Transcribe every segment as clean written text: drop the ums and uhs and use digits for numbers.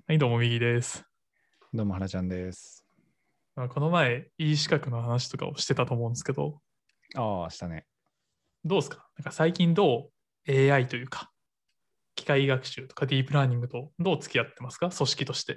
はい、どうも、右です。 どうも、はらちゃんです。 この前、いい資格の話とかをしてたと思うんですけど、 ああ、したね。 どうですか？なんか最近どう AI というか、機械学習とかディープラーニングとどう付き合ってますか？組織として。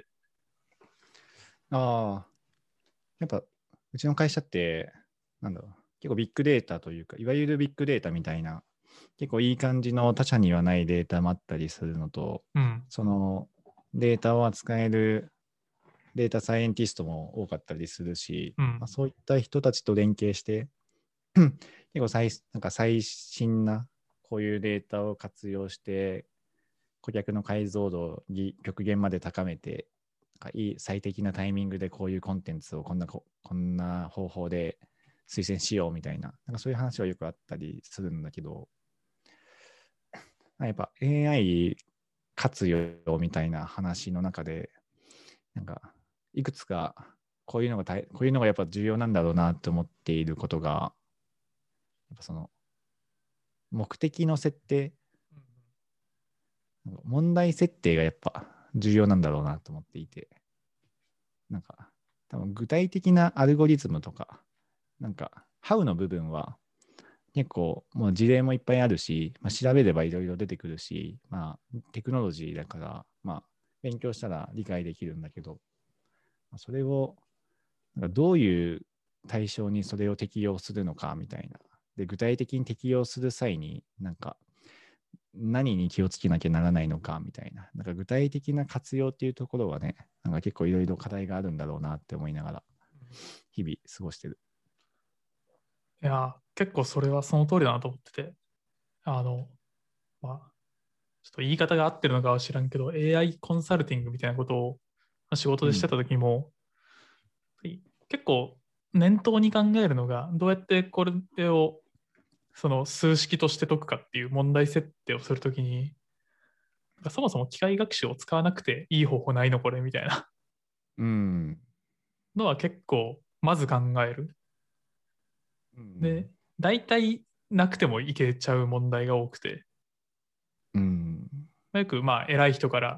ああ、やっぱ、うちの会社って、なんだろう、結構ビッグデータというか、いわゆるビッグデータみたいな、結構いい感じの他社にはないデータもあったりするのと、 うん。 そのデータを扱えるデータサイエンティストも多かったりするし、 うん。 そういった人たちと連携して、結構なんか最新なこういうデータを活用して、顧客の解像度を極限まで高めて、最適なタイミングでこういうコンテンツをこんな方法で推薦しようみたいな、なんかそういう話はよくあったりするんだけど、やっぱ AI 活用みたいな話の中で、なんかいくつかこういうのがやっぱ重要なんだろうなって思っていることが、やっぱその目的の設定、問題設定がやっぱ重要なんだろうなと思っていて、なんか多分具体的なアルゴリズムとか、なんか How の部分は結構もう事例もいっぱいあるし、調べればいろいろ出てくるし、テクノロジーだから、勉強したら理解できるんだけど、それをなんかどういう対象にそれを適用するのかみたいな。で、具体的に適用する際に、なんか何に気をつけなきゃならないのかみたいな。なんか具体的な活用っていうところはね、なんか結構いろいろ課題があるんだろうなって思いながら、日々過ごしてる。 いや、結構それはその通りだなと思ってて、あの、ちょっと言い方が合ってるのかは知らんけど、AI コンサルティングみたいなことを仕事でしてた時も、結構念頭に考えるのが、どうやってこれをその数式として解くかっていう問題設定をするときに、そもそも機械学習を使わなくていい方法ないのこれみたいなうん。 のは結構まず考える。 うん。 で、大体なくてもいけちゃう問題が多くて、 うん。 よく偉い人から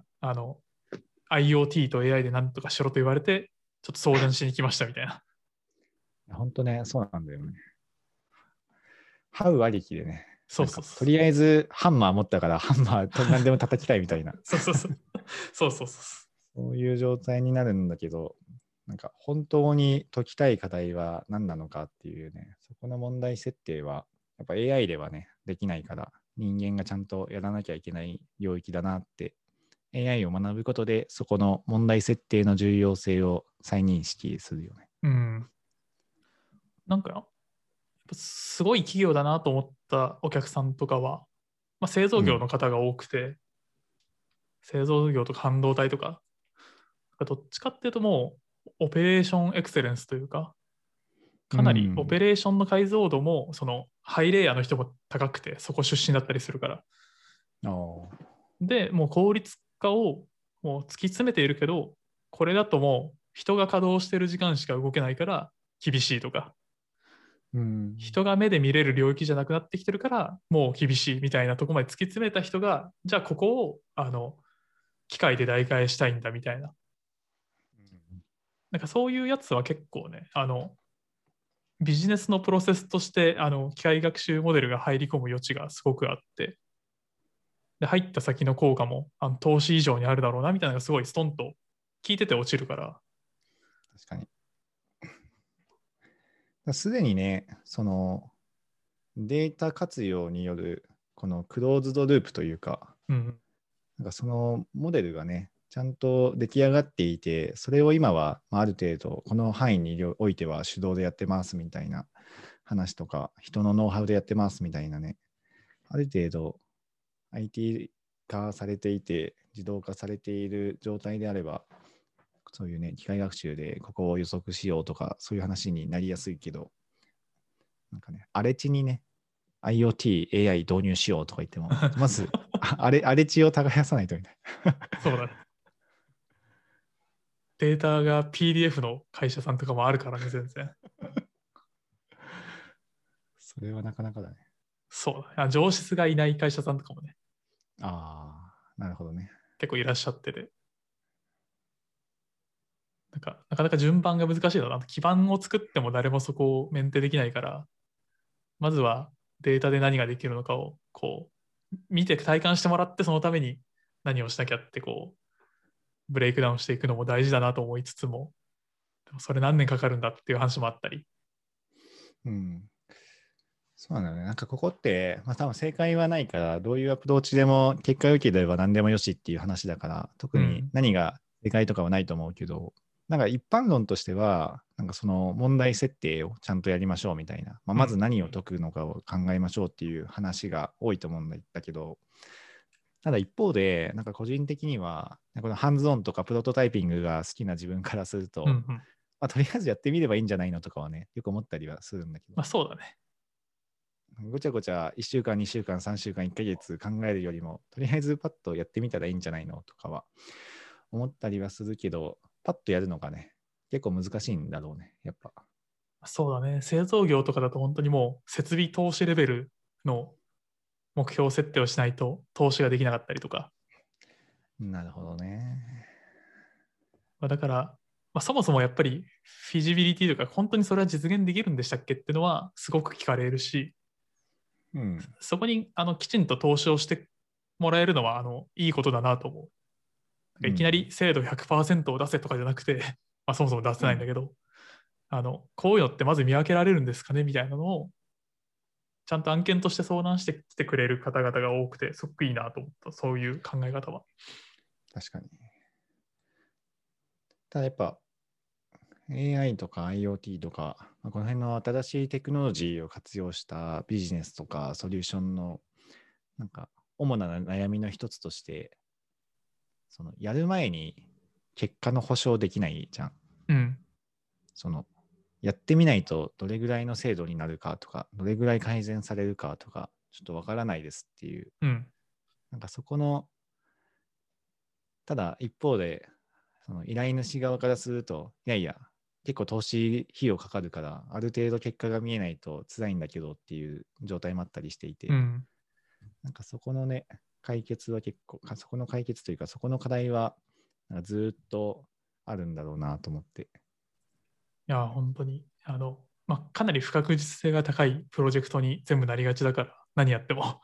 IoT と AI で何とかしろと言われて、ちょっと相談しに来ましたみたいな。 本当ね、そうなんだよね。ハウありきでね、 そうなんか、 そうそう。 とりあえずハンマー持ったからハンマーと何でも叩きたいみたいな、 そうそうそう。そうそうそう。 そういう状態になるんだけど、なんか本当に解きたい課題は何なのかっていうね、そこの問題設定は、やっぱ AI ではね、できないから、人間がちゃんとやらなきゃいけない領域だなって、AI を学ぶことで、そこの問題設定の重要性を再認識するよね。 うん。なんか、やっぱすごい企業だなと思ったお客さんとかは、製造業うん。 の方が多くて、製造業とか半導体とか、どっちかっていうともう、オペレーションエクセレンスというか、 うかなりオん。 ペレーションの解像度も、そのハイレイヤーの人も高くて、そこ出身だったりするから。 ああ。 で、もう効率化をもう突き詰めているけど、これだともう人が稼働してる時間しか動けないから厳しいとか、 うん。 人が目で見れる領域じゃなくなってきてるからもう厳しいみたいなところまで突き詰めた人が、じゃあここを機械で代替したいんだみたいな。なんかそういうやつは結構ね、ビジネスのプロセスとして機械学習モデルが入り込む余地がすごくあって、で入った先の効果も投資以上にあるだろうなみたいなのがすごいストンと聞いてて落ちるから。 確かに。すでにね、そのデータ活用によるこのクローズドループというか、 うん。 なんかそのモデルがね、ちゃんと出来上がっていて、それを今はある程度、この範囲においては手動でやってますみたいな話とか、人のノウハウでやってますみたいなね、ある程度 IT 化されていて、自動化されている状態であれば、そういうね、機械学習でここを予測しようとか、そういう話になりやすいけど、なんかね、荒れ地にね、IoT、AI 導入しようとか言っても、まず、荒れ地を耕さないとみたいな。 そうだね。データが PDF の会社さんとかもあるからね、全然。 それはなかなかだね。 そうだね。上質がいない会社さんとかもね、 ああ、なるほどね。 結構いらっしゃってて。 なかなか順番が難しいだろうな。基盤を作っても誰もそこをメンテできないから、まずはデータで何ができるのかをこう見て体感してもらって、そのために何をしなきゃってこうブレイクダウンしていくのも大事だなと思いつつも、でもそれ何年かかるんだっていう話もあったり。 うん。そうなんだよね。なんかここって、まあ多分正解はないから、どういうアプローチでも結果が良ければ何でもよしっていう話だから、特に何が正解とかはないと思うけど、なんか一般論としては、なんかその問題設定をちゃんとやりましょうみたいな、まず何を解くのかを考えましょうっていう話が多いと思うんだけど、ただ一方で、なんか個人的には、このハンズオンとかプロトタイピングが好きな自分からすると、まあ、とりあえずやってみればいいんじゃないのとかはね、よく思ったりはするんだけど。 まあそうだね。 ごちゃごちゃ1週間、2週間、3週間、1ヶ月考えるよりも、とりあえずパッとやってみたらいいんじゃないのとかは思ったりはするけど、パッとやるのがね、結構難しいんだろうね、やっぱ。 そうだね。製造業とかだと本当にもう設備投資レベルの目標設定をしないと投資ができなかったりとか。 なるほどね。 だから、そもそもやっぱりフィジビリティとか本当にそれは実現できるんでしたっけっていうのはすごく聞かれるし、そこにきちんと投資をしてもらえるのはいいことだなと思う。いきなり精度100%を出せとかじゃなくて、そもそも出せないんだけど、こういうのってまず見分けられるんですかねみたいなのをちゃんと案件として相談してきてくれる方々が多くて、すごくいいなと思った、そういう考え方は。 確かに。ただやっぱ AI とか IoT とか、この辺の新しいテクノロジーを活用したビジネスとかソリューションのなんか主な悩みの一つとして、そのやる前に結果の保証できないじゃん。 うん。 そのやってみないとどれぐらいの精度になるかとか、どれぐらい改善されるかとか、ちょっとわからないですっていう。なんかそこの、ただ一方で、その依頼主側からすると、いやいや、結構投資費用かかるから、ある程度結果が見えないと辛いんだけどっていう状態もあったりしていて、なんかそこのね、解決は結構、そこの解決というか、そこの課題はなんかずっとあるんだろうなと思って。 いや、本当に、かなり不確実性が高いプロジェクトに全部なりがちだから、何やっても。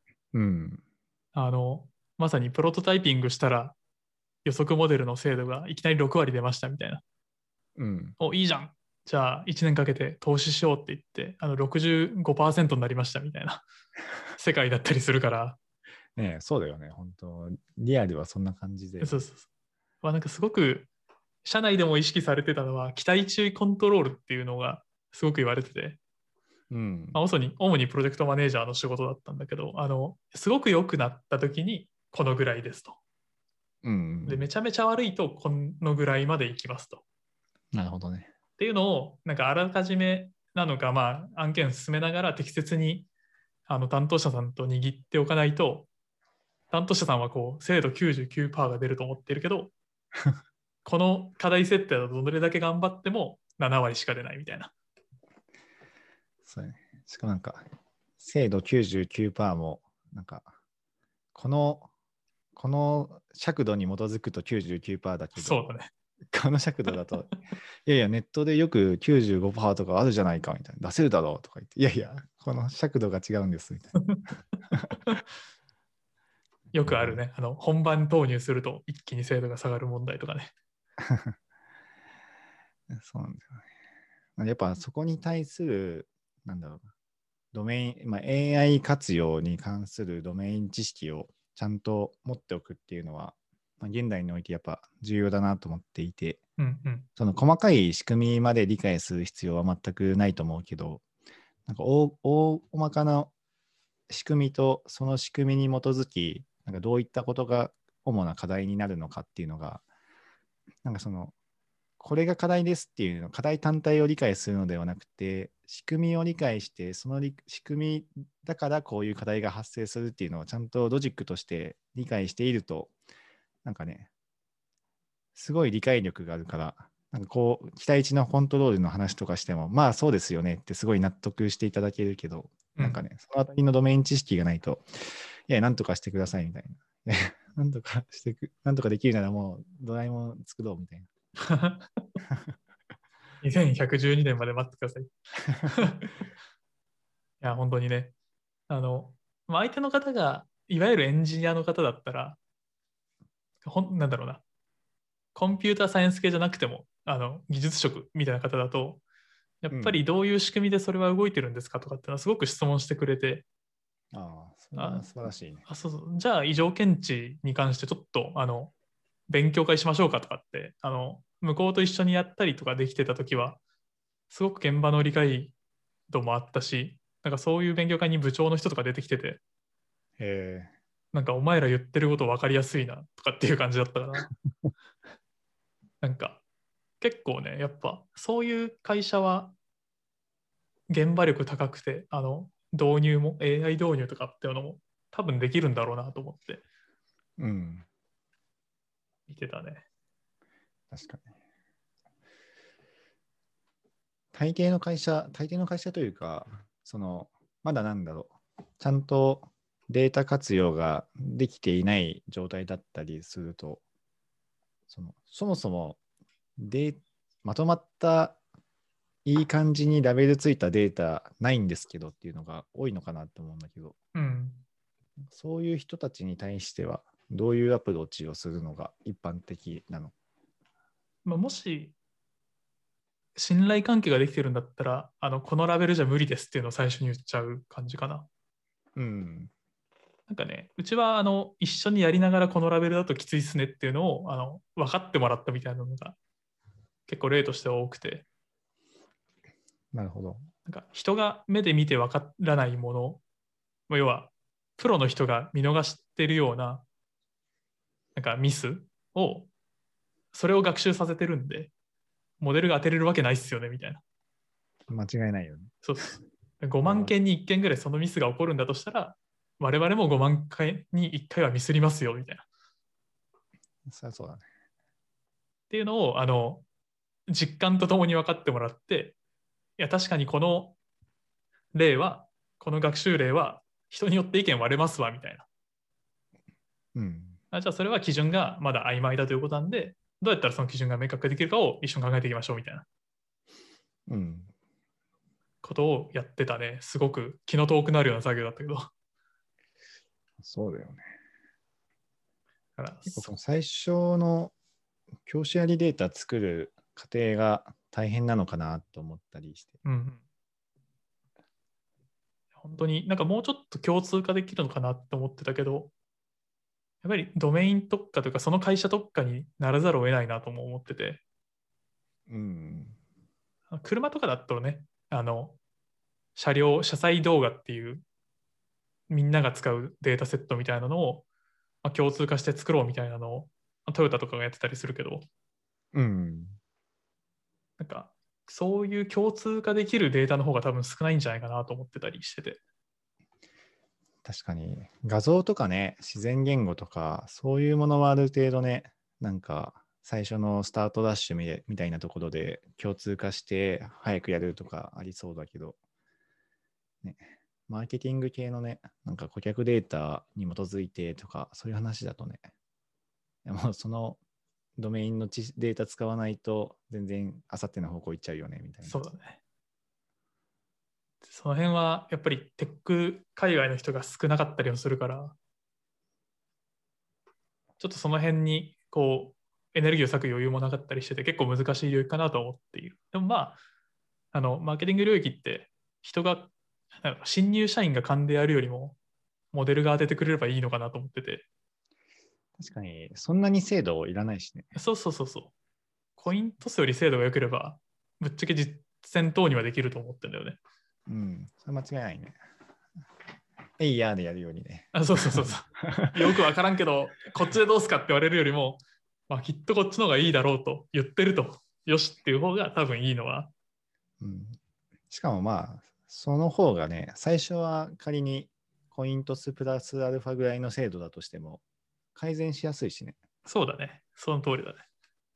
まさにプロトタイピングしたら予測モデルの精度がいきなり6割出ましたみたいな。いいじゃん。じゃあ1年かけて投資しようって言って、65% になりましたみたいな世界だったりするから。 ねえ、そうだよね。本当リアルはそんな感じで。 そう。なんかすごく、社内でも意識されてたのは、期待値コントロールっていうのがすごく言われてて、主にプロジェクトマネージャーの仕事だったんだけど、すごく良くなった時にこのぐらいですと。で、めちゃめちゃ悪いとこのぐらいまでいきますと。 なるほどね。 っていうのを、なんかあらかじめなのか、案件進めながら適切に担当者さんと握っておかないと、担当者さんはこう精度99%が出ると思ってるけど、この課題設定だとどれだけ頑張っても7割しか出ないみたいな。 そうね。しかもなんか、精度99%も、なんか、この尺度に基づくと99%だけど、 そうだね。 この尺度だと、いやいや、ネットでよく95%とかあるじゃないかみたいな、出せるだろうとか言って、いやいや、この尺度が違うんですみたいな。 よくあるね。本番投入すると一気に精度が下がる問題とかね。 そうなんだよね。やっぱそこに対する、なんだろうな、ドメイン、AI 活用に関するドメイン知識をちゃんと持っておくっていうのは、現代においてやっぱ重要だなと思っていて、その細かい仕組みまで理解する必要は全くないと思うけど、なんか大まかな仕組みとその仕組みに基づき、なんかどういったことが主な課題になるのかっていうのが、なんかこれが課題ですっていうの、課題単体を理解するのではなくて、仕組みを理解して、その仕組みだからこういう課題が発生するっていうのをちゃんとロジックとして理解していると、なんかね、すごい理解力があるから、なんかこう、期待値のコントロールの話とかしても、まあそうですよねってすごい納得していただけるけど、なんかね、そのあたりのドメイン知識がないと、いや、なんとかしてくださいみたいな。なんとかできるならもうドラえもん作ろうみたいな。 2112年まで待ってください。いや、本当にね。相手の方が、いわゆるエンジニアの方だったら、なんだろうな、コンピューターサイエンス系じゃなくても、技術職みたいな方だと、やっぱりどういう仕組みでそれは動いてるんですかとかっていうのはすごく質問してくれて、 ああ、それは素晴らしいね。 そうそう、じゃあ異常検知に関してちょっと、勉強会しましょうかとかって、向こうと一緒にやったりとかできてたときは、すごく現場の理解度もあったし、なんかそういう勉強会に部長の人とか出てきてて、 へえ。 なんかお前ら言ってること分かりやすいなとかっていう感じだったから、なんか結構ね、やっぱそういう会社は現場力高くて、導入も AI 導入とかっていうのも多分できるんだろうなと思ってうん。 見てたね。 確かに。大抵の会社というか、まだなんだろう、ちゃんとデータ活用ができていない状態だったりすると、そもそもまとまったいい感じにラベルついたデータないんですけどっていうのが多いのかなと思うんだけど、 うん。 そういう人たちに対してはどういうアプローチをするのが一般的なの？ まあ、もし信頼関係ができてるんだったら、このラベルじゃ無理ですっていうのを最初に言っちゃう感じかな。 うん。 なんかね、うちは一緒にやりながらこのラベルだときついっすねっていうのを分かってもらったみたいなのが結構例としては多くて、 なるほど。 なんか人が目で見て分からないもの、要はプロの人が見逃してるようななんかミスを、それを学習させてるんで、モデルが当てれるわけないっすよねみたいな。 間違いないよね。 そうっす。5万件に1件ぐらいそのミスが起こるんだとしたら、我々も5万回に1回はミスりますよみたいな。っそりゃそうだね。 ていうのを実感とともに分かってもらって、いや、確かにこの例は、この学習例は人によって意見割れますわみたいな。 うん。 じゃあそれは基準がまだ曖昧だということなんで、どうやったらその基準が明確化できるかを一緒に考えていきましょうみたいなうん。 ことをやってたね。すごく気の遠くなるような作業だったけど。だそうだよね。 から結構その最初の教師ありデータ作る過程が大変なのかなと思ったりして。 うん。本当になんかもうちょっと共通化できるのかなって思ってたけど、やっぱりドメイン特化というか、その会社特化にならざるを得ないなとも思ってて、 うん。 車とかだったらね、車載動画っていうみんなが使うデータセットみたいなのを、共通化して作ろうみたいなのを、トヨタとかがやってたりするけど、 うん。 なんか、そういう共通化できるデータの方が多分少ないんじゃないかなと思ってたりしてて。 確かに画像とかね、自然言語とか、そういうものはある程度ね、なんか最初のスタートダッシュみたいなところで共通化して早くやるとかありそうだけど、ね、マーケティング系のね、なんか顧客データに基づいてとか、そういう話だとね、もうそのドメインのデータ使わないと全然あさっての方向行っちゃうよねみたいな。 そうだね。その辺はやっぱりテック海外の人が少なかったりをするから、ちょっとその辺にこうエネルギーを割く余裕もなかったりしてて結構難しい領域かなと思っている。でもまあ、マーケティング領域って人が、新入社員が勘でやるよりもモデルが当ててくれればいいのかなと思ってて。 確かに、そんなに精度いらないしね。 そうそうそうそう。コイントスより精度が良ければ、ぶっちゃけ実践等にはできると思ってんだよね。 うん、それ間違いないね。えいやーでやるようにね。 そうそうそうそう。よくわからんけど、こっちでどうすかって言われるよりも、きっとこっちの方がいいだろうと言ってると、よしっていう方が多分いいのは。 うん、しかもまあ、その方がね、最初は仮にコイントスプラスアルファぐらいの精度だとしても、改善しやすいしね。 そうだね。その通りだね。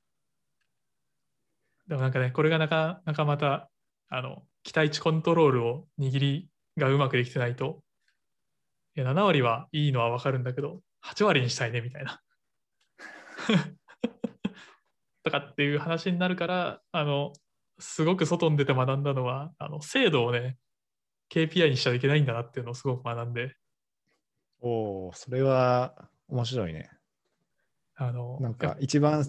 でもなんかね、これがなかなかまた、期待値コントロールを握りがうまくできてないと、いや、7割はいいのはわかるんだけど、8割にしたいねみたいな。 とかっていう話になるから、すごく外に出て学んだのは、精度をね、KPI にしちゃいけないんだなっていうのをすごく学んで、 おお、それは面白いね。なんやっか一番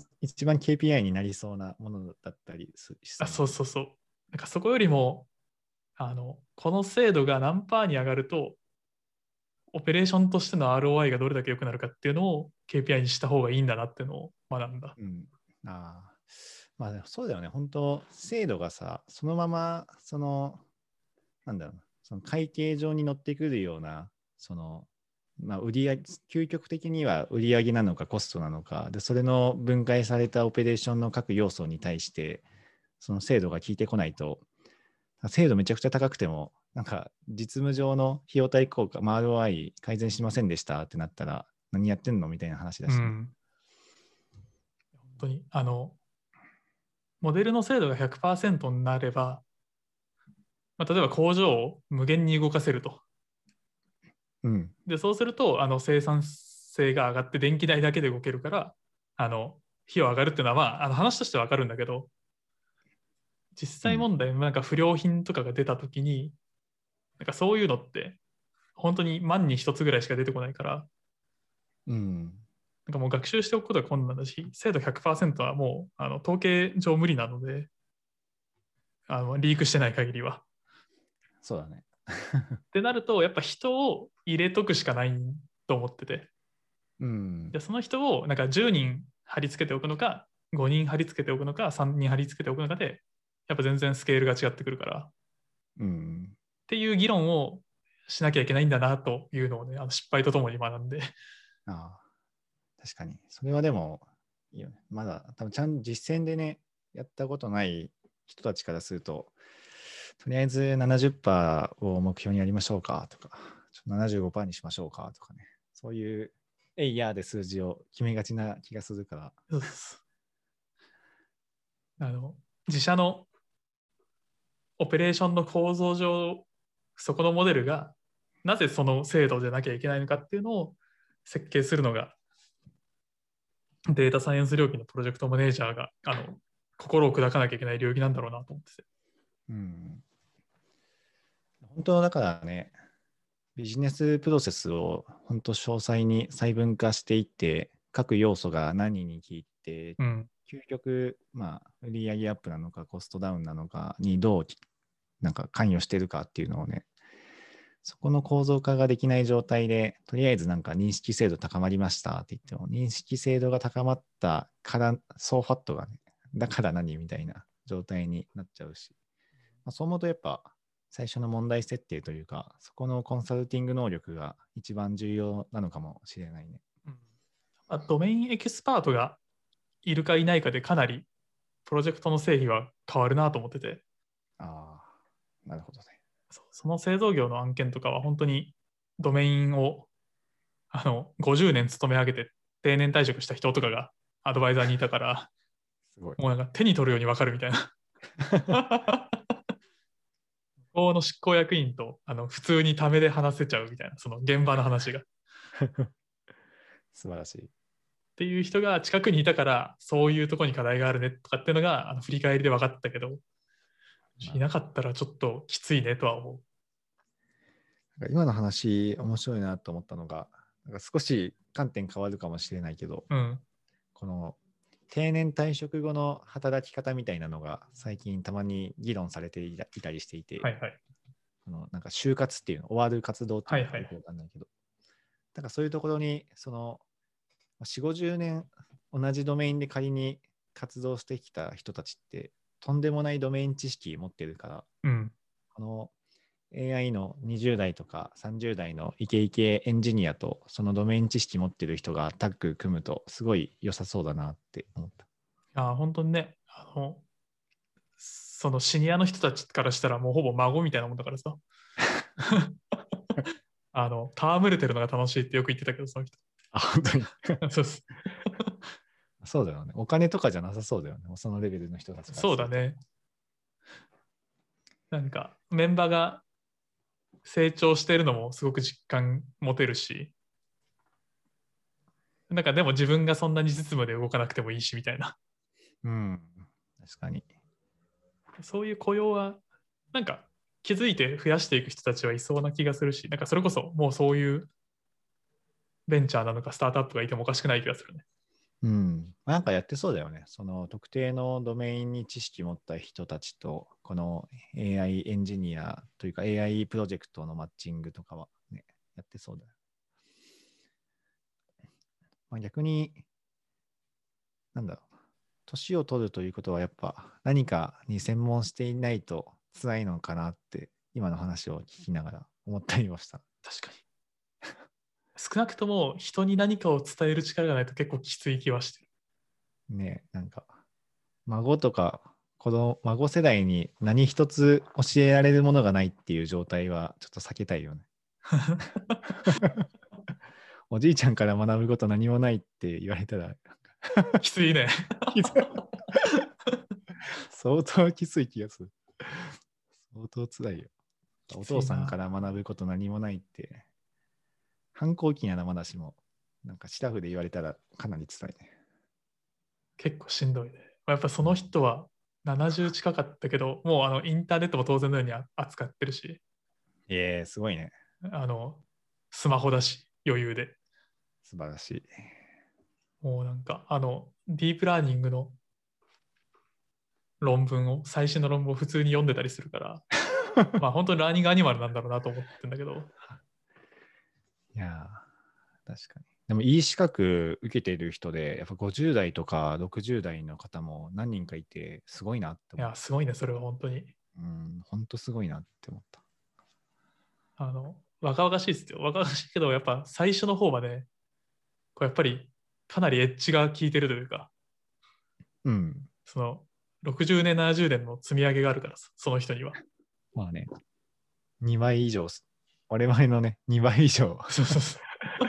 KPI になりそうなものだったりしそぱ、 うなんだけど。 そうそうそう。なんかそこよりも、この精度が何パーに上がると、オペレーションとしての ROI がどれだけ良くなるかっていうのを KPI にした方がいいんだなっていうのを学んだ。 うん。ああ。まあそうだよね。本当精度がさ、そのまま、なんだろうな、その会計上に乗ってくるような、まあ、売上、究極的には売上なのかコストなのか、で、それの分解されたオペレーションの各要素に対して、その精度が効いてこないと、精度めちゃくちゃ高くても、なんか実務上の費用対効果、まあ、ROI 改善しませんでしたってなったら、何やってんのみたいな話だしね。 うん。本当に、モデルの精度が100%になれば、まあ、例えば工場を無限に動かせると。 うん。 で、そうすると、生産性が上がって電気代だけで動けるから、費用上がるっていうのは、まあ、話としてはわかるんだけど、実うん。 際問題、なんか不良品とかが出たときに、なんかそういうのって、本当に万に一つぐらいしか出てこないから、 うん。 なんかもう学習しておくことが困難だし、精度100%はもう統計上無理なので、リークしてない限りは。 そうだね。 ってなると、やっぱ人を入れとくしかないと思ってて、 うん。 でその人をなんか10人貼り付けておくのか、5人貼り付けておくのか、3人貼り付けておくのかで、やっぱ全然スケールが違ってくるから、っうん。 ていう議論をしなきゃいけないんだなというのをね、失敗とともに学んで。 ああ、確かに。それはでも、いいよね。まだ、多分ちゃんと実践でね、やったことない人たちからすると、とりあえず70%を目標にやりましょうかとか、75%にしましょうかとかね。そういう、えいやーで数字を決めがちな気がするから。 そうですあの自社のオペレーションの構造上、そこのモデルがなぜその精度でなきゃいけないのかっていうのを設計するのがデータサイエンス領域のプロジェクトマネージャーが心を砕かなきゃいけない領域なんだろうなと思ってて。 うん。本当だからね、ビジネスプロセスを本当詳細に細分化していって、各要素が何に効いて、 うん。 究極、まあ、売上アップなのか、コストダウンなのかにどうなんか関与してるかっていうのをね、そこの構造化ができない状態で、とりあえずなんか認識精度高まりましたって言っても、認識精度が高まったから、総ファットがね、だから何みたいな状態になっちゃうし、まあ、そう思うとやっぱ最初の問題設定というか、そこのコンサルティング能力が一番重要なのかもしれないね。 うんまあ、ドメインエキスパートがいるかいないかでかなりプロジェクトの成否は変わるなと思ってて、 ああ、なるほどね。 その製造業の案件とかは本当にドメインを50年勤め上げて定年退職した人とかがアドバイザーにいたから、 すごい。 もうなんか手に取るように分かるみたいな。この執行役員と普通にためで話せちゃうみたいな、その現場の話が。っ素晴らしい。 ていう人が近くにいたから、そういうところに課題があるねとかっていうのが振り返りで分かったけど、いなかったらちょっときついねとは思今の話面白いなと思ったのが、なんか少し観点変わるかもしれないけど、 う。うん。 この定年退職後の働き方みたいなのが最近たまに議論されていたりしていて、 はいはい。 なんか就活っていうの、終わる活動っていうのはいはい。 がよくわかんないけど、だからそういうところに、4、50年同じドメインで仮に活動してきた人たちって、とんでもないドメイン知識持ってるから、 うん。 この AI の20代とか30代のイケイケエンジニアとそのドメイン知識持ってる人がタッグ組むとすごい良さそうだなって思った。 本当にね、そのシニアの人たちからしたらもうほぼ孫みたいなもんだからさ。戯れてるのが楽しいってよく言ってたけど、その人。 あ、本当に。 そうです。 そうだよね。お金とかじゃなさそうだよね。そのレベルの人たちからすると。 そうだね。なんかメンバーが成長してるのもすごく実感持てるし、なんかでも自分がそんなに実務で動かなくてもいいしみたいな。 うん。確かに。 そういう雇用は、なんか気づいて増やしていく人たちはいそうな気がするし、なんかそれこそもうそういうベンチャーなのかスタートアップがいてもおかしくない気がするね。 うん。なんかやってそうだよね。その特定のドメインに知識持った人たちと、この AI エンジニアというか AI プロジェクトのマッチングとかはね、やってそうだよ。まあ、逆に、なんだろう。年を取るということはやっぱ何かに専門していないと辛いのかなって今の話を聞きながら思ったりました。 確かに。少なくとも人に何かを伝える力がないと結構きつい気はしてる。 ね、なんか孫とか孫世代に何一つ教えられるものがないっていう状態はちょっと避けたいよね。おじいちゃんから学ぶこと何もないって言われたらきついね。 相当きつい気がする。相当辛いよ。おきついな。 父さんから学ぶこと何もないって反抗期ならまだしもなんかシラフで言われたらかなり辛いね。 結構しんどいね。やっぱその人は70近かったけど、もうインターネットも当然のように扱ってるし、 すごいね。 あのスマホだし、余裕で。 素晴らしい。 もうなんか、ディープラーニングの論文を、最新の論文を普通に読んでたりするから、まあ本当にラーニングアニマルなんだろうなと思ってんだけど、 いやー、確かに。でもいい資格受けている人で、やっぱ50代とか60代の方も何人かいて、すごいなっていや、 思った。 すごいね、それは本当に。 うん、ほんとすごいなって思った。 若々しいですよ。若々しいけど、やっぱ最初の方はね、こうやっぱりかなりエッジが効いてるというか、 うん。 その60年、70年の積み上げがあるからさ、その人には。 まあね、2倍以上、我々のね、2倍以上。 そうそうそう。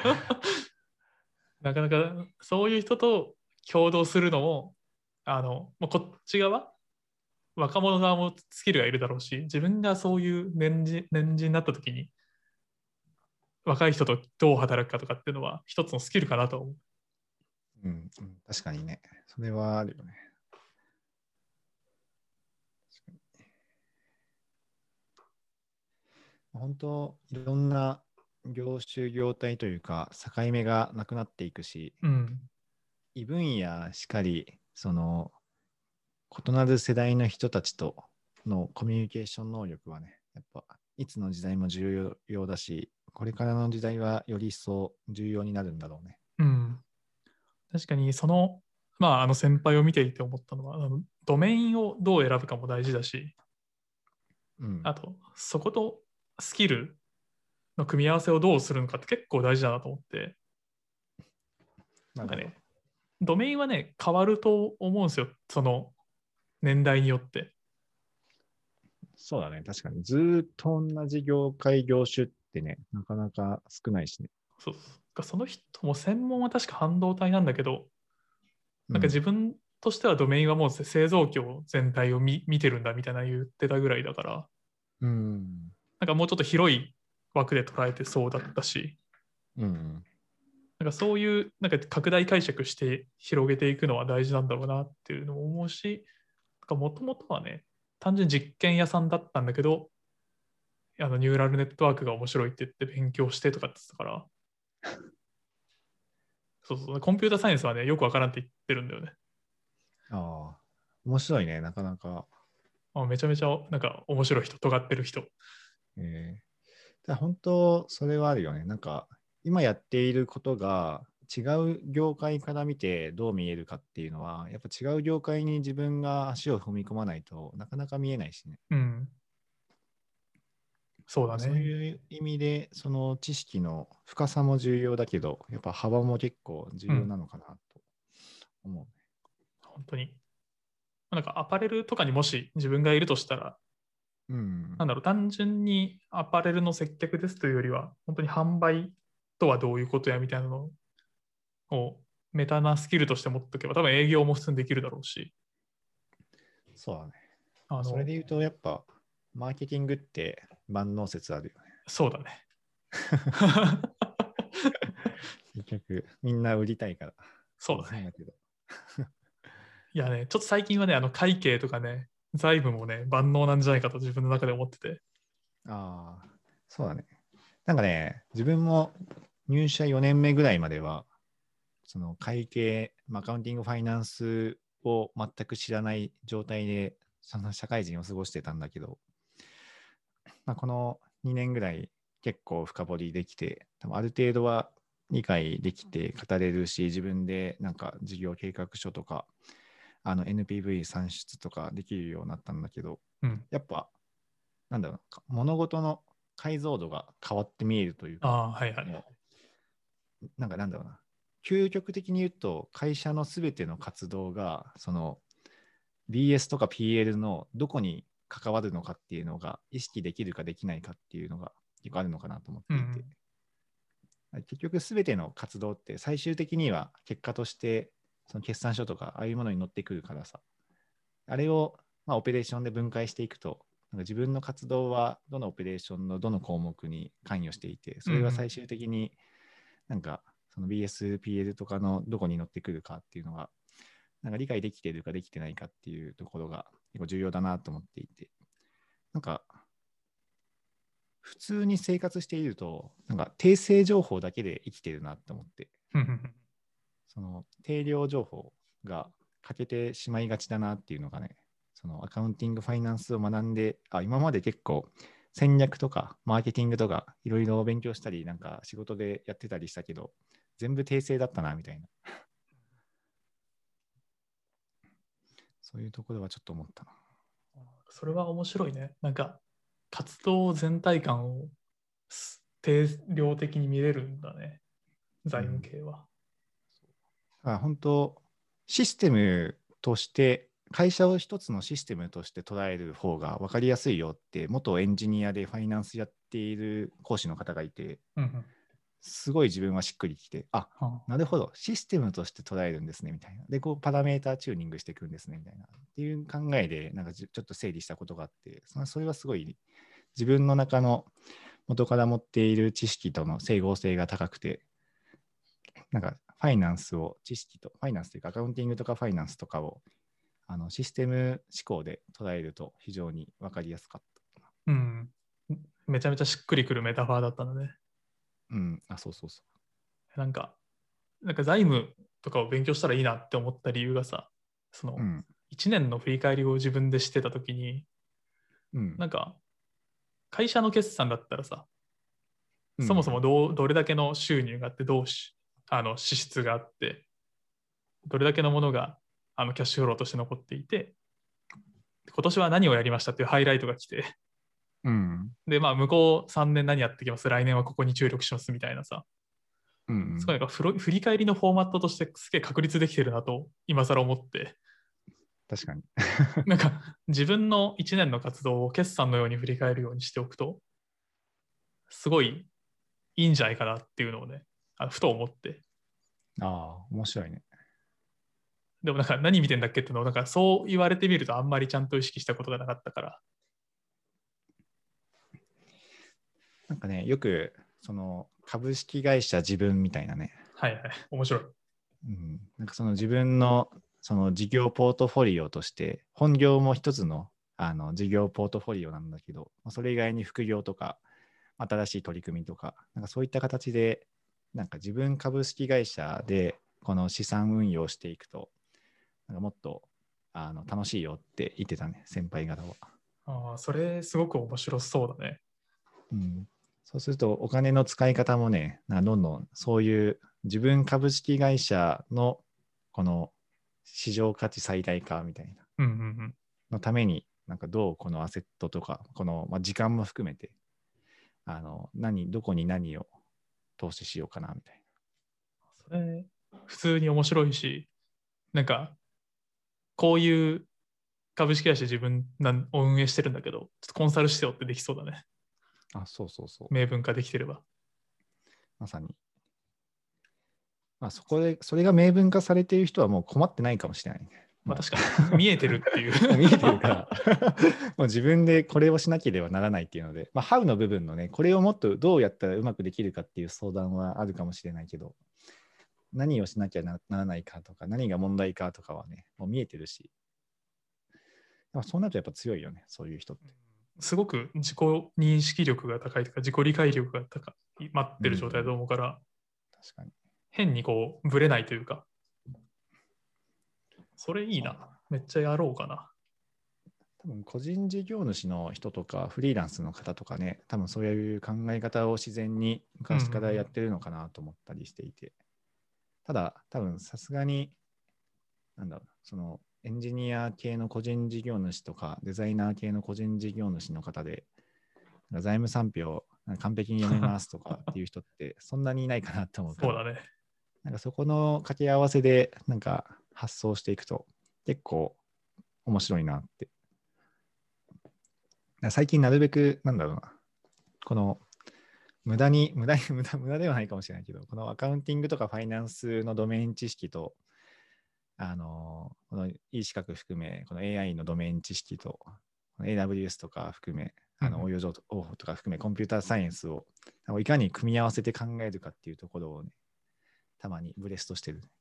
なかなかそういう人と共同するのも、もうこっち側、若者側もスキルがいるだろうし、自分がそういう年次になった時に、若い人とどう働くかとかっていうのは、一つのスキルかなと思う。 うん、うん、確かにね。それはあるよね。本当、いろんな業種、業態というか、境目がなくなっていくし、 うん。 異分野しかり、その、異なる世代の人たちとのコミュニケーション能力はね、やっぱ、いつの時代も重要だし、これからの時代はより一層重要になるんだろうね。 うん。確かに、まあ、先輩を見ていて思ったのは、ドメインをどう選ぶかも大事だし、 うん。 あと、そことスキルの組み合わせをどうするのかって結構大事だなと思って、 なるほど。 なんかね、ドメインはね、変わると思うんですよ。その年代によって。 そうだね。確かに。ずーっと同じ業界、業種ってね、なかなか少ないしね。 そうそう。その人も専門は確か半導体なんだけど、なんかうん。 自分としてはドメインはもう製造業全体を見てるんだみたいな言ってたぐらいだから、 うん。 なんかもうちょっと広い枠で捉えてそうだったし、 うん。 なんかそういうなんか拡大解釈して広げていくのは大事なんだろうなっていうのも思うし、もともとはね、単純に実験屋さんだったんだけど、ニューラルネットワークが面白いって言って勉強してとかって言ってたから、そうそう、コンピュータサイエンスはね、よくわからんって言ってるんだよね。 ああ、面白いね。なかなか。 めちゃめちゃなんか面白い人、尖ってる人。 本当、それはあるよね。なんか、今やっていることが違う業界から見てどう見えるかっていうのは、やっぱ違う業界に自分が足を踏み込まないとなかなか見えないしね。 うん、そうだそうね。 いう意味で、その知識の深さも重要だけど、やっぱ幅も結構重うん、 要なのかなと思うね。 本当に。なんかアパレルとかにもし自分がいるとしたら、 うん。 なんだろう、単純にアパレルの接客ですというよりは、本当に販売とはどういうことやみたいなのをメタなスキルとして持っとけば、多分営業も普通にできるだろうし、 そうだね。それあの、 で言うと、やっぱ、マーケティングって万能説あるよね。 そうだね。 結局、みんな売りたいから、当そうだね。 然だけど。 いやね、ちょっと最近はね、会計とかね、財務もね、万能なんじゃないかと自分の中で思ってて。 ああ、そうだね。なんかね、自分も入社4年目ぐらいまでは、その会計、アカウンティング、ファイナンスを全く知らない状態で、その社会人を過ごしてたんだけど、この2年ぐらい結構深掘りできて、多分ある程度は理解できて語れるし、自分でなんか事業計画書とか、NPV 算出とかできるようになったんだけど、 うん。 やっぱ、なんだろう、物事の解像度が変わって見えるというか、 ああ、はいはい。 もうなんだろうな、究極的に言うと、会社のすべての活動が、その BS とか PL のどこに関わるのかっていうのが意識できるかできないかっていうのが結構あるのかなと思っていて、 うん。 結局すべての活動って最終的には結果としてその決算書とかああいうものに載ってくるからさ、あれをオペレーションで分解していくと、なんか自分の活動はどのオペレーションのどの項目に関与していて、それが最終的になんかその BS、PL とかのどこに載ってくるかっていうのが、なんか理解できているかできてないかっていうところが結構重要だなと思っていて、なんか普通に生活していると、なんか訂正情報だけで生きてるなと思って、 うん。 その定量情報が欠けてしまいがちだなっていうのがね、そのアカウンティング、ファイナンスを学んで、今まで結構戦略とかマーケティングとかいろいろ勉強したり、なんか仕事でやってたりしたけど、全部訂正だったなみたいな。そういうところはちょっと思ったな。 それは面白いね。なんか、活動全体感を定量的に見れるんだね。財務系は。 本当、システムとして、会社を一つのシステムとして捉える方が分かりやすいよって、元エンジニアでファイナンスやっている講師の方がいて、 うんうん。 すごい自分はしっくりきて、 はあ、 なるほど、システムとして捉えるんですねみたいな。で、こうパラメータチューニングしていくんですねみたいな。っていう考えで、なんかちょっと整理したことがあって、それはすごい自分の中の元から持っている知識との整合性が高くて、なんかファイナンスを知識と、ファイナンスというかアカウンティングとかファイナンスとかをシステム思考で捉えると非常に分かりやすかった。 うん。めちゃめちゃしっくりくるメタファーだったので、 うん、そうそうそなんか、なんか財務とかを勉強したらいいなって思った理由がさ、そう。うのん、 1年の振り返りを自分でしてたときに、 うん、 なんか会社の決算だったらさ、そもそもうん、 どれだけの収入があって、どうし、支出があって、どれだけのものがキャッシュフローとして残っていて、今年は何をやりましたっていうハイライトが来て、 うん、 で、まあ、向こう3年何やってきます、来年はここに注力しますみたいなさ、 うん、 すごいなんか振り返りのフォーマットとしてすげえ確立できてるなと、今更思って、 確かに。 なんか自分の1年の活動を決算のように振り返るようにしておくと、すごいいいんじゃないかなっていうのをね、ふと思って、 面白いね。 でもなんか何見てんだっけっていうのを、なんかそう言われてみるとあんまりちゃんと意識したことがなかったから。 なんかね、よくその株式会社自分みたいなね、 はいはい、面白い。 なんかその自分のその事業ポートフォリオとして、本業も一つの事業ポートフォリオなんだけど、それ以外に副業とか、新しい取り組みとか、なんかそういった形で、なんか自分株式会社でこの資産運用していくと、なんかもっと楽しいよって言ってたね、先輩方は。 それすごく面白そうだね。 うん、そうするとお金の使い方もね、どんどんそういう自分株式会社のこの市場価値最大化みたいなうんうんうん。 のために、なんかどうこのアセットとか、この、時間も含めて、どこに何を投資しようかなみたいそれ、普通に面白いし、なんか、こういう株式会社自分を運営してるんだけど、ちょっとコンサルしてよってできそうだね。 な。そうそうそう。 明文化できてれば。 まさに。それが明文化されている人はもう困ってないかもしれないね。 まあも確かに、見えてるっていうもう見えてるからもう自分でこれをしなければならないっていうので、ハウの部分のね、これをもっとどうやったらうまくできるかっていう相談はあるかもしれないけど、 何をしなきゃならないかとか、何が問題かとかはね、もう見えてるし、そうなるとやっぱ強いよね、そういう人って。 すごく自己認識力が高いとか、自己理解力が高い、待ってる状態だと思うから、 確かに。 変にこう、ぶれないというか、それいいな。めっちゃやろうかな。 多分個人事業主の人とかフリーランスの方とかね、多分そういう考え方を自然に昔からやってるのかなと思ったりしていて、ただ多分さすがになんだろう、そのエンジニア系の個人事業主とかデザイナー系の個人事業主の方で財務産票完璧に読めますとかっていう人ってそんなにいないかなと思うから、 そうだね。 なんかそこの掛け合わせでなんか発想していくと結構面白いなって。最近なるべくなんだろうな、この無駄ではないかもしれないけど、このアカウンティングとかファイナンスのドメイン知識と、この E 資格含め、この AI のドメイン知識と、AWS とか含め、応用情報とか含め、コンピューターサイエンスをいかに組み合わせて考えるかっていうところをね、たまにブレストしてる。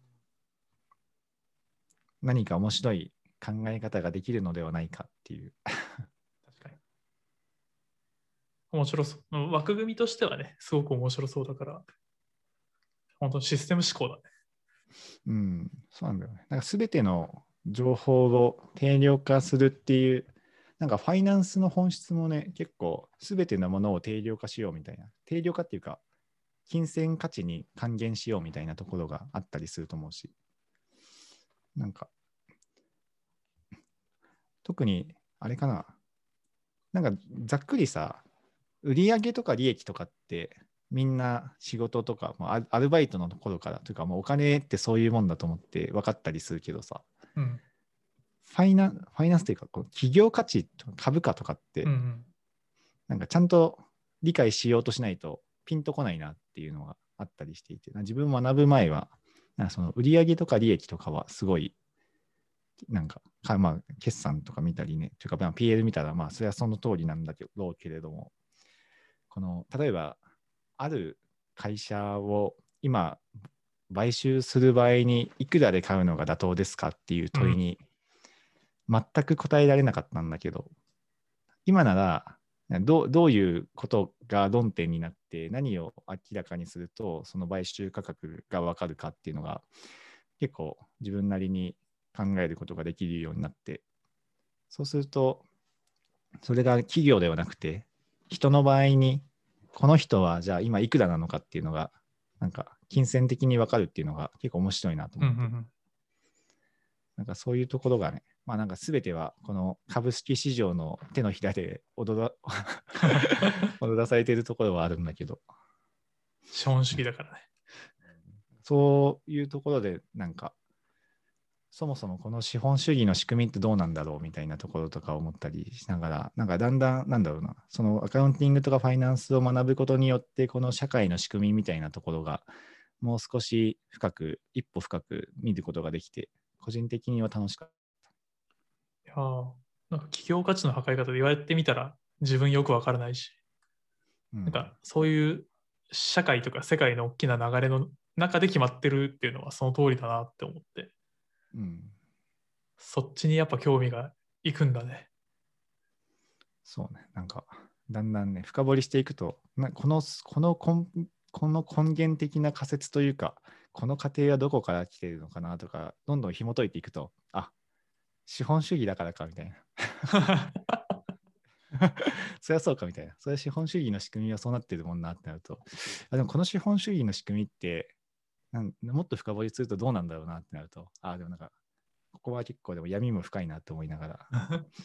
何か面白い考え方ができるのではないかっていう。 確かに。面白そう。枠組みとしてはね、すごく面白そうだから、本当にシステム思考だね。 うん、そうなんだよね。なんか全ての情報を定量化するっていう、なんかファイナンスの本質もね、結構全てのものを定量化しようみたいな。定量化っていうか、金銭価値に還元しようみたいなところがあったりすると思うし、なんか、特に、あれかな、なんかざっくりさ、売上とか利益とかって、みんな仕事とか、アルバイトのところからというか、もうお金ってそういうもんだと思って分かったりするけどさ、 うん。 ファイナンスというか、こう企業価値、株価とかって、 うんうん。 なんかちゃんと理解しようとしないとピンとこないなっていうのがあったりしていて、自分学ぶ前は、なんかその売上とか利益とかはすごい、なんか、決算とか見たりね、というか、PL 見たら、それはその通りなんだけれども、この、例えば、ある会社を今、買収する場合にいくらで買うのが妥当ですかっていう問いに全く答えられなかったんだけど、今ならどういうことが論点になって何を明らかにするとその買収価格が分かるかっていうのが結構自分なりに考えることができるようになって、そうするとそれが企業ではなくて人の場合にこの人はじゃあ今いくらなのかっていうのがなんか金銭的に分かるっていうのが結構面白いなと思って、なんかそういうところがね、なんか全てはこの株式市場の手のひらで踊らされているところはあるんだけど、 資本主義だからね。 そういうところでなんかそもそもこの資本主義の仕組みってどうなんだろうみたいなところとか思ったりしながら、なんかだんだんなんだろうな、そのアカウンティングとかファイナンスを学ぶことによってこの社会の仕組みみたいなところがもう少し一歩深く見ることができて、個人的には楽しかった。 いやなんか企業価値の測り方で言われてみたら自分よくわからないし、なんかそういう社会とか世界の大きな流れの中で決まってるっていうのはその通りだなって思って、そっちにやっぱ興味がいくんだね。 そうね、なんかだんだんね深掘りしていくとこの根源的な仮説というか、この過程はどこから来ているのかなとかどんどん紐解いていくと、資本主義だからかみたいなそりゃそうかみたいな、それは資本主義の仕組みはそうなってるもんなってなると、でもこの資本主義の仕組みってもっと深掘りするとどうなんだろうなってなると、でもなんかここは結構でも闇も深いなと思いながら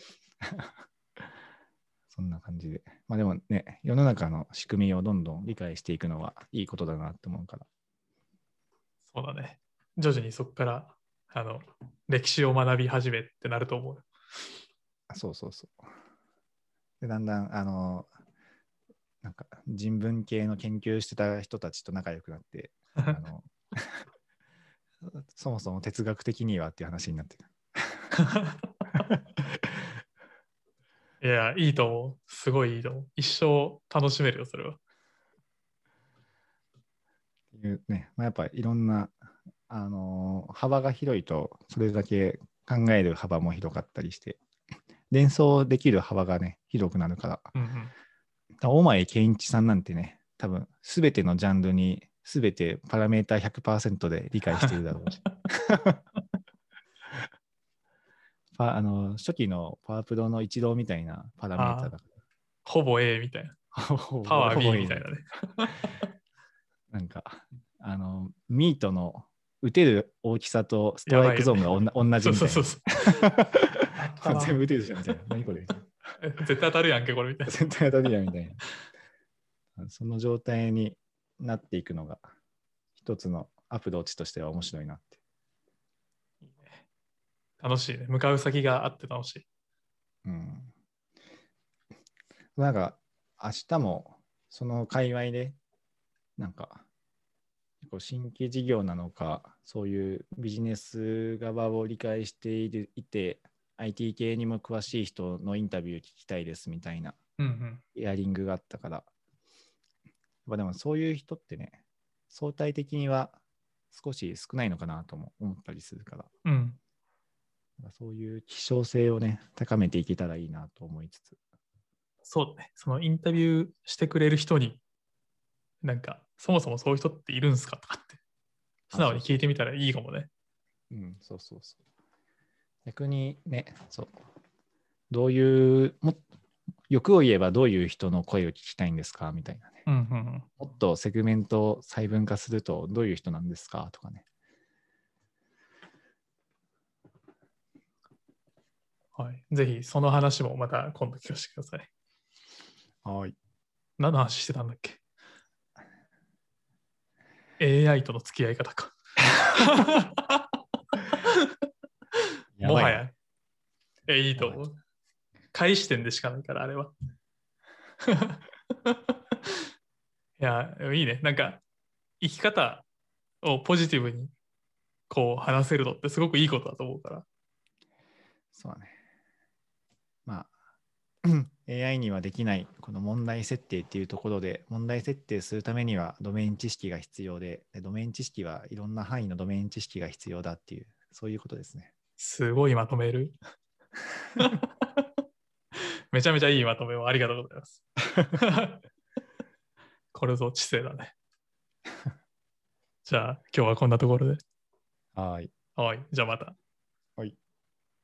そんな感じで。でもね、世の中の仕組みをどんどん理解していくのはいいことだなって思うから。 そうだね。徐々にそこから歴史を学び始めってなると思う。 そうそうそう。で、だんだん、なんか人文系の研究してた人たちと仲良くなって、そもそも哲学的にはっていう話になってる。 いや、いいと思う。すごいいいと思う。一生楽しめるよ、それは。 いうね、やっぱいろんな、幅が広いと、それだけ考える幅も広かったりして、連想できる幅がね、広くなるから、 うんうん。 大前健一さんなんてね、多分すべてのジャンルに、すべてパラメータ100%で理解してるだろうし。初期のパワープロの一郎みたいなパラメータああ、 だかほぼ A みたいな。 ら。ほパワー B ぼいいね。 みたいなね。 なんか、ミートの打てる大きさとストライやばいよね。 クゾーンが同じみたいな。 そうそうそうそう。あったな。 全部打てるじゃんみたいな。何これみたいな。 絶対当たるやんけ、これみたいな。 絶対当たりやみたいな。その状態になっていくのが、一つのアプローチとしては面白いなって。 いいね。楽しいね。向かう先があって楽しい。 うん。なんか、明日もその界隈で、なんか、結構新規事業なのか、そういうビジネス側を理解していて、IT 系にも詳しい人のインタビュー聞きたいですみたいなうんうん。 ヒアリングがあったから、でもそういう人ってね、相対的には少し少ないのかなとも思ったりするから、 うん。 そういう希少性をね、高めていけたらいいなと思いつつ。 そうだね。そのインタビューしてくれる人に、なんか、そもそもそういう人っているんすかとかって、素直に聞いてみたらいいかもね。 うん、そうそうそう。逆にね、そう。どういう、欲を言えばどういう人の声を聞きたいんですかみたいなね。 うんうんうん。 もっとセグメントを細分化するとどういう人なんですかとかね。 はい。ぜひ、その話もまた今度聞かせてください。 はい。 何の話してたんだっけ？ AI との付き合い方か。 やばいな。 もはや、いいと思う。開始点でしかないから、あれは。いや、いいね。なんか、生き方をポジティブにこう話せるのってすごくいいことだと思うから。 そうだね。まあ、AI にはできないこの問題設定っていうところで、問題設定するためにはドメイン知識が必要で、ドメイン知識はいろんな範囲のドメイン知識が必要だっていう、そういうことですね。 すごいまとめる。めちゃめちゃいいまとめをありがとうございます。これぞ知性だね。じゃあ今日はこんなところで。 はい。 はい。じゃあまた。 はい。